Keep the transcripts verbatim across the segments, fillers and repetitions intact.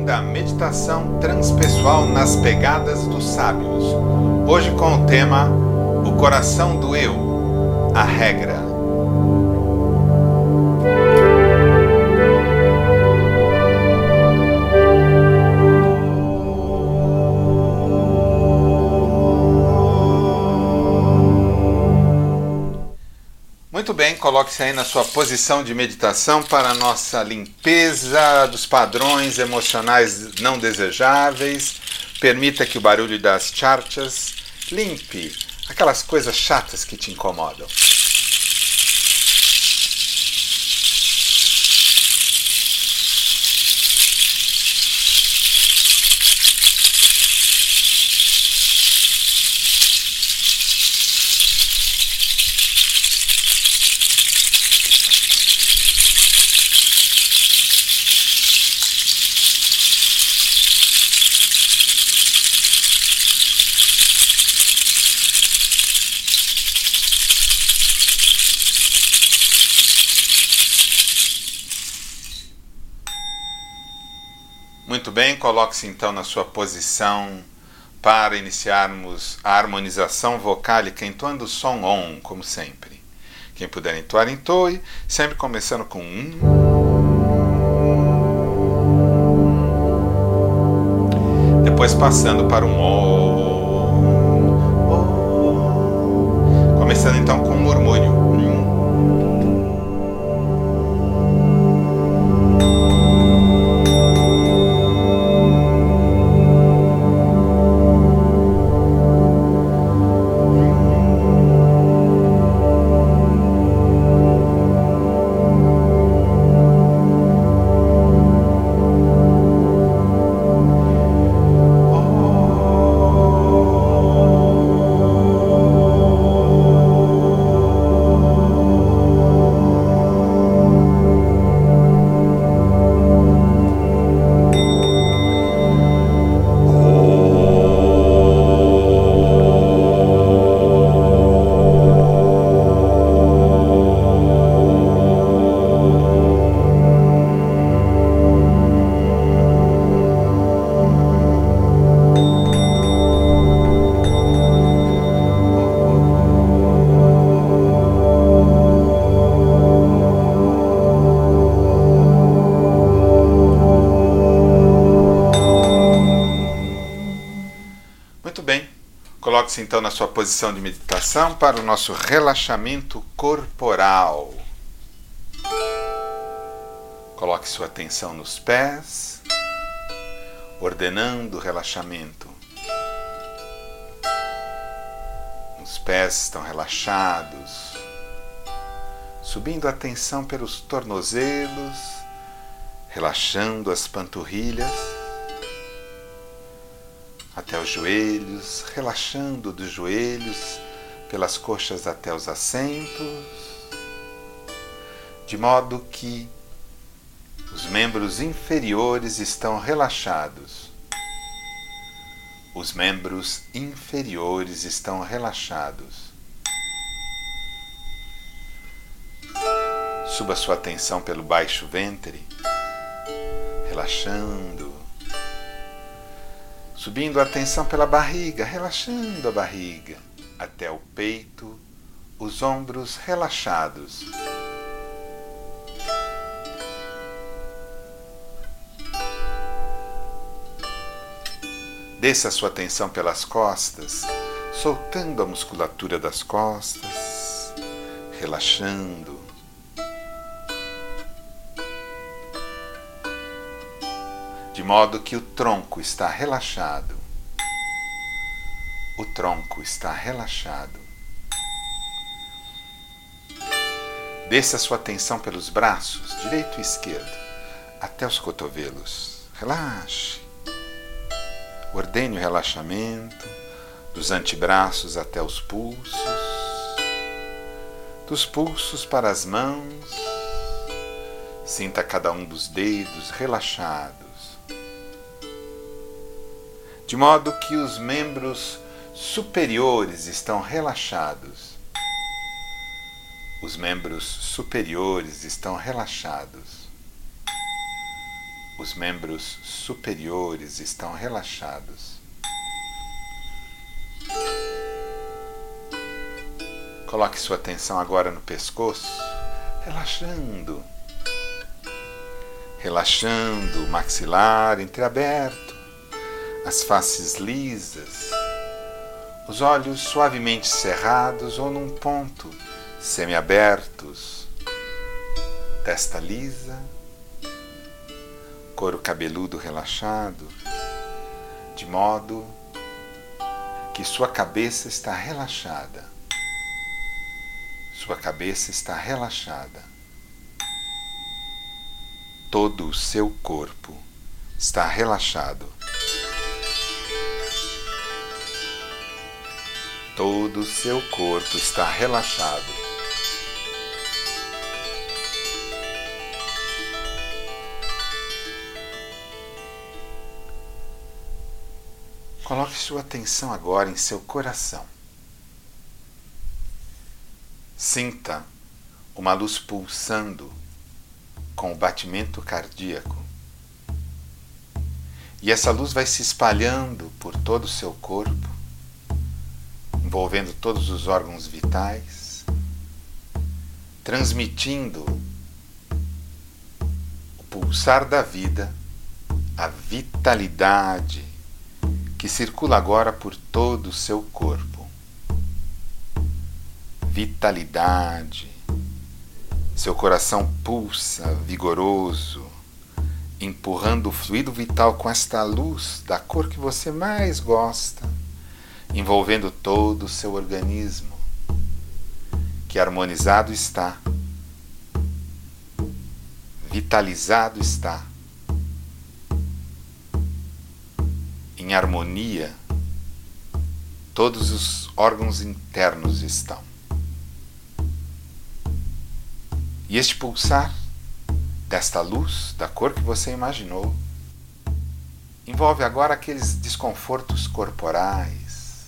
da meditação transpessoal nas pegadas dos sábios. Hoje com o tema O Coração do Eu, a regra. Muito bem, coloque-se aí na sua posição de meditação para a nossa limpeza dos padrões emocionais não desejáveis. Permita que o barulho das charchas limpe aquelas coisas chatas que te incomodam. Muito bem, coloque-se então na sua posição para iniciarmos a harmonização vocálica entoando o som OM, como sempre. Quem puder entoar, entoe, sempre começando com um. Depois passando para um O. Começando então com um murmúrio. Coloque-se então na sua posição de meditação para o nosso relaxamento corporal. Coloque sua atenção nos pés, ordenando o relaxamento. Os pés estão relaxados, subindo a atenção pelos tornozelos, relaxando as panturrilhas, até os joelhos, relaxando dos joelhos, pelas coxas até os assentos, de modo que os membros inferiores estão relaxados. Os membros inferiores estão relaxados. Suba sua atenção pelo baixo ventre, relaxando. Subindo a atenção pela barriga, relaxando a barriga, até o peito, os ombros relaxados. Desça a sua atenção pelas costas, soltando a musculatura das costas, relaxando. De modo que o tronco está relaxado. O tronco está relaxado. Desça a sua atenção pelos braços, direito e esquerdo, até os cotovelos. Relaxe. Ordene o relaxamento dos antebraços até os pulsos, dos pulsos para as mãos. Sinta cada um dos dedos relaxados. De modo que os membros superiores estão relaxados. Os membros superiores estão relaxados. Os membros superiores estão relaxados. Coloque sua atenção agora no pescoço, relaxando. Relaxando o maxilar entreaberto, as faces lisas, os olhos suavemente cerrados ou num ponto, semiabertos, testa lisa, couro cabeludo relaxado, de modo que sua cabeça está relaxada. Sua cabeça está relaxada. Todo o seu corpo está relaxado. Todo o seu corpo está relaxado. Coloque sua atenção agora em seu coração. Sinta uma luz pulsando com o batimento cardíaco. E essa luz vai se espalhando por todo o seu corpo, envolvendo todos os órgãos vitais, transmitindo o pulsar da vida, a vitalidade que circula agora por todo o seu corpo. Vitalidade. Seu coração pulsa vigoroso, empurrando o fluido vital com esta luz da cor que você mais gosta, envolvendo todo o seu organismo, que harmonizado está, vitalizado está, em harmonia, todos os órgãos internos estão. E este pulsar desta luz, da cor que você imaginou, envolve agora aqueles desconfortos corporais,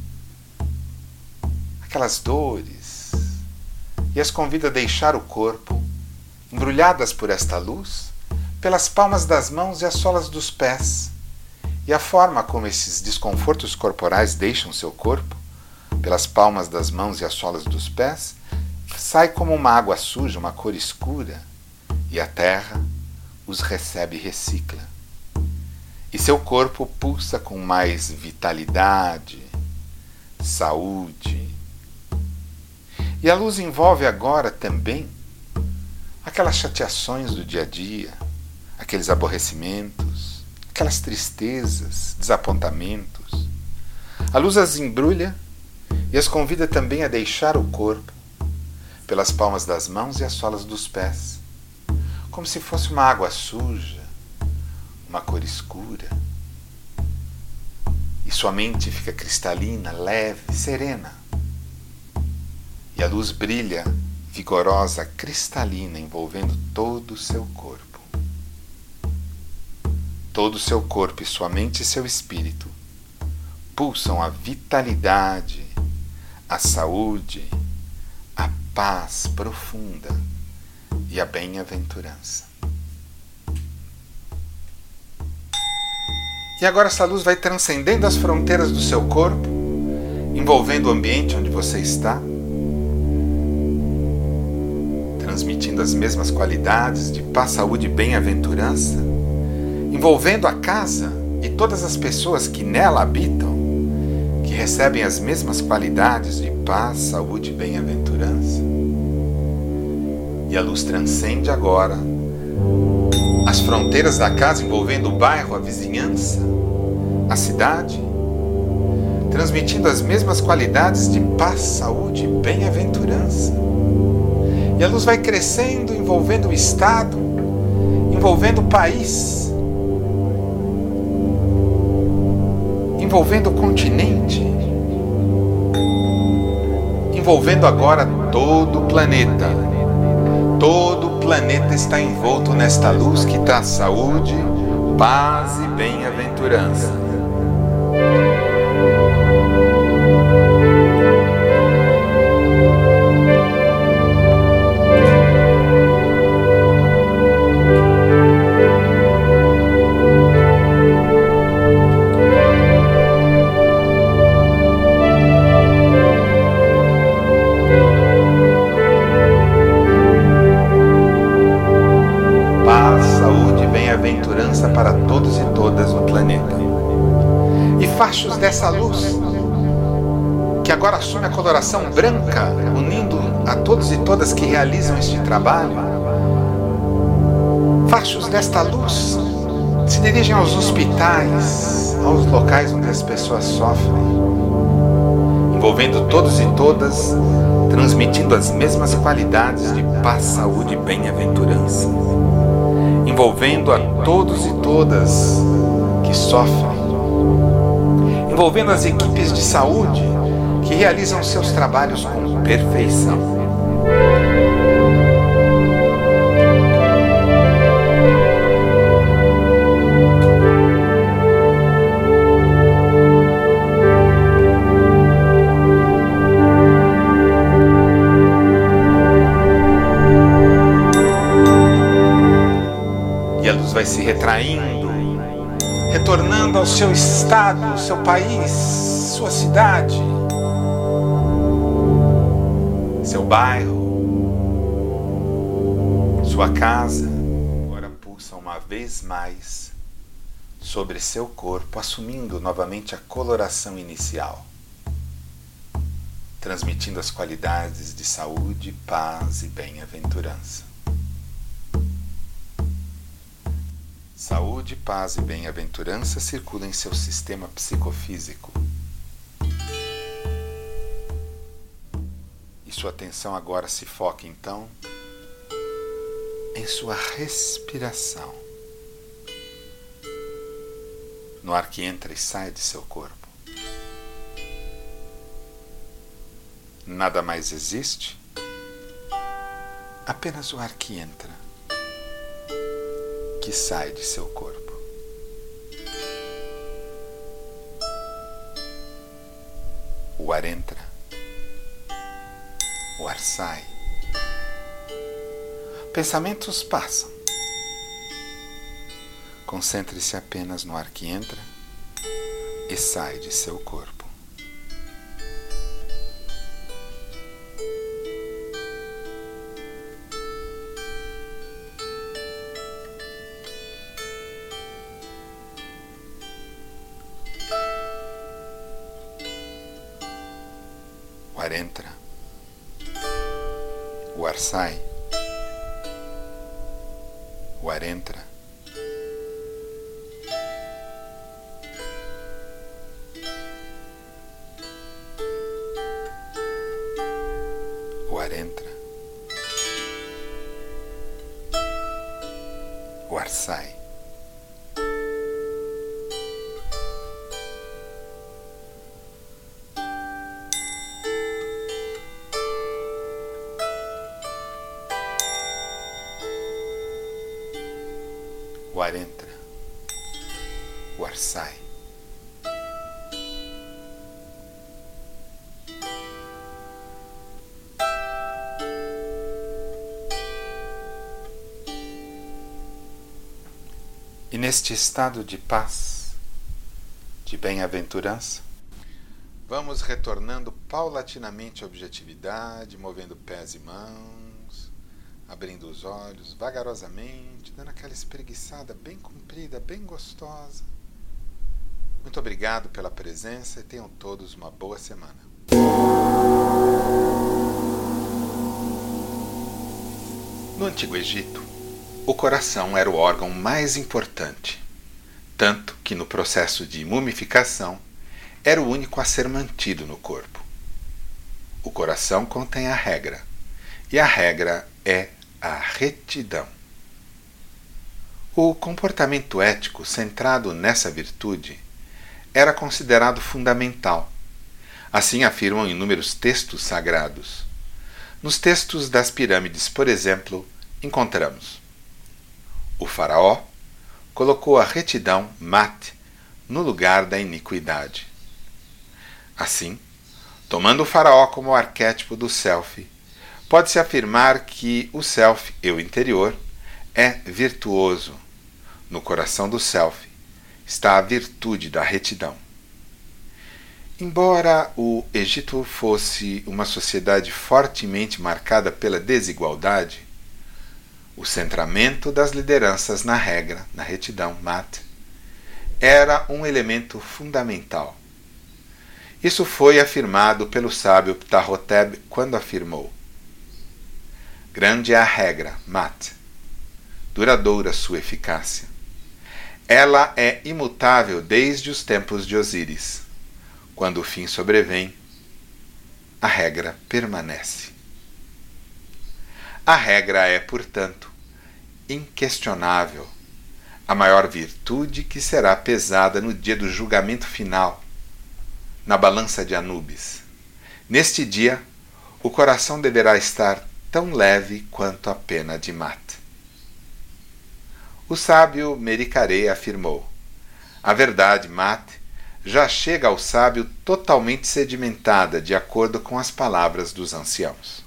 aquelas dores, e as convida a deixar o corpo, embrulhadas por esta luz, pelas palmas das mãos e as solas dos pés. E a forma como esses desconfortos corporais deixam seu corpo, pelas palmas das mãos e as solas dos pés, sai como uma água suja, uma cor escura, e a terra os recebe e recicla. E seu corpo pulsa com mais vitalidade, saúde. E a luz envolve agora também aquelas chateações do dia a dia, aqueles aborrecimentos, aquelas tristezas, desapontamentos. A luz as embrulha e as convida também a deixar o corpo pelas palmas das mãos e as solas dos pés, como se fosse uma água suja, uma cor escura. E sua mente fica cristalina, leve, serena. E a luz brilha, vigorosa, cristalina, envolvendo todo o seu corpo. Todo o seu corpo e sua mente e seu espírito pulsam a vitalidade, a saúde, a paz profunda e a bem-aventurança. E agora essa luz vai transcendendo as fronteiras do seu corpo, envolvendo o ambiente onde você está, transmitindo as mesmas qualidades de paz, saúde e bem-aventurança, envolvendo a casa e todas as pessoas que nela habitam, que recebem as mesmas qualidades de paz, saúde e bem-aventurança. E a luz transcende agora as fronteiras da casa, envolvendo o bairro, a vizinhança, a cidade, transmitindo as mesmas qualidades de paz, saúde e bem-aventurança. E a luz vai crescendo, envolvendo o estado, envolvendo o país, envolvendo o continente, envolvendo agora todo o planeta. Todo o planeta está envolto nesta luz que traz saúde, paz e bem-aventurança. Paz, saúde e bem-aventurança para todos e todas no planeta. E fachos dessa luz, que agora assume a coloração branca, unindo a todos e todas que realizam este trabalho. Fachos desta luz se dirigem aos hospitais, aos locais onde as pessoas sofrem, envolvendo todos e todas, transmitindo as mesmas qualidades de paz, saúde e bem-aventurança, envolvendo a todos e todas que sofrem, envolvendo as equipes de saúde que realizam seus trabalhos com perfeição. E a luz vai se retraindo, retornando ao seu estado, seu país, sua cidade, seu bairro, sua casa. Agora pulsa uma vez mais sobre seu corpo, assumindo novamente a coloração inicial, transmitindo as qualidades de saúde, paz e bem-aventurança. Saúde, paz e bem-aventurança circulam em seu sistema psicofísico. E sua atenção agora se foca, então, em sua respiração, no ar que entra e sai de seu corpo. Nada mais existe, apenas o ar que entra, que sai de seu corpo. O ar entra, o ar sai. Pensamentos passam. Concentre-se apenas no ar que entra e sai de seu corpo. O ar entra, o ar sai, o ar entra, o ar entra, o ar sai. O ar entra, o ar sai. E neste estado de paz, de bem-aventurança, vamos retornando paulatinamente à objetividade, movendo pés e mãos, abrindo os olhos vagarosamente, dando aquela espreguiçada bem comprida, bem gostosa. Muito obrigado pela presença e tenham todos uma boa semana. No Antigo Egito, o coração era o órgão mais importante, tanto que no processo de mumificação era o único a ser mantido no corpo. O coração contém a regra, e a regra é a retidão. O comportamento ético centrado nessa virtude era considerado fundamental. Assim afirmam inúmeros textos sagrados. Nos textos das pirâmides, por exemplo, encontramos: o faraó colocou a retidão, mat, no lugar da iniquidade. Assim, tomando o faraó como arquétipo do self, pode-se afirmar que o self, eu interior, é virtuoso. No coração do self está a virtude da retidão. Embora o Egito fosse uma sociedade fortemente marcada pela desigualdade, o centramento das lideranças na regra, na retidão, mat, era um elemento fundamental. Isso foi afirmado pelo sábio Ptahhotep quando afirmou: grande é a regra, mat, duradoura sua eficácia. Ela é imutável desde os tempos de Osíris. Quando o fim sobrevém, a regra permanece. A regra é, portanto, inquestionável, a maior virtude que será pesada no dia do julgamento final, na balança de Anubis. Neste dia, o coração deverá estar tão leve quanto a pena de mat. O sábio Merikare afirmou: a verdade, mat, já chega ao sábio totalmente sedimentada de acordo com as palavras dos anciãos.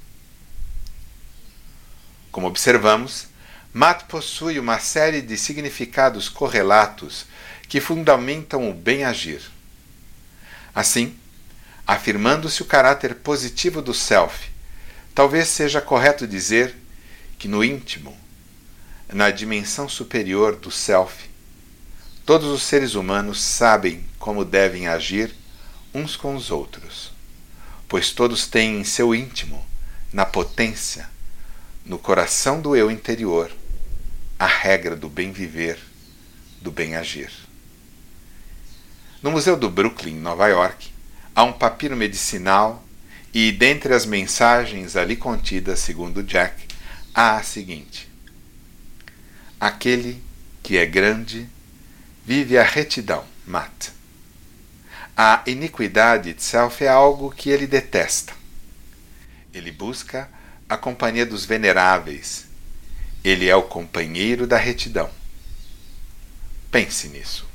Como observamos, mat possui uma série de significados correlatos que fundamentam o bem-agir. Assim, afirmando-se o caráter positivo do self, talvez seja correto dizer que no íntimo, na dimensão superior do self, todos os seres humanos sabem como devem agir uns com os outros, pois todos têm em seu íntimo, na potência, no coração do eu interior, a regra do bem viver, do bem agir. No Museu do Brooklyn, Nova York, há um papiro medicinal e, dentre as mensagens ali contidas, segundo Jack, há a seguinte: aquele que é grande vive a retidão, mat. A iniquidade itself é algo que ele detesta. Ele busca a companhia dos veneráveis. Ele é o companheiro da retidão. Pense nisso.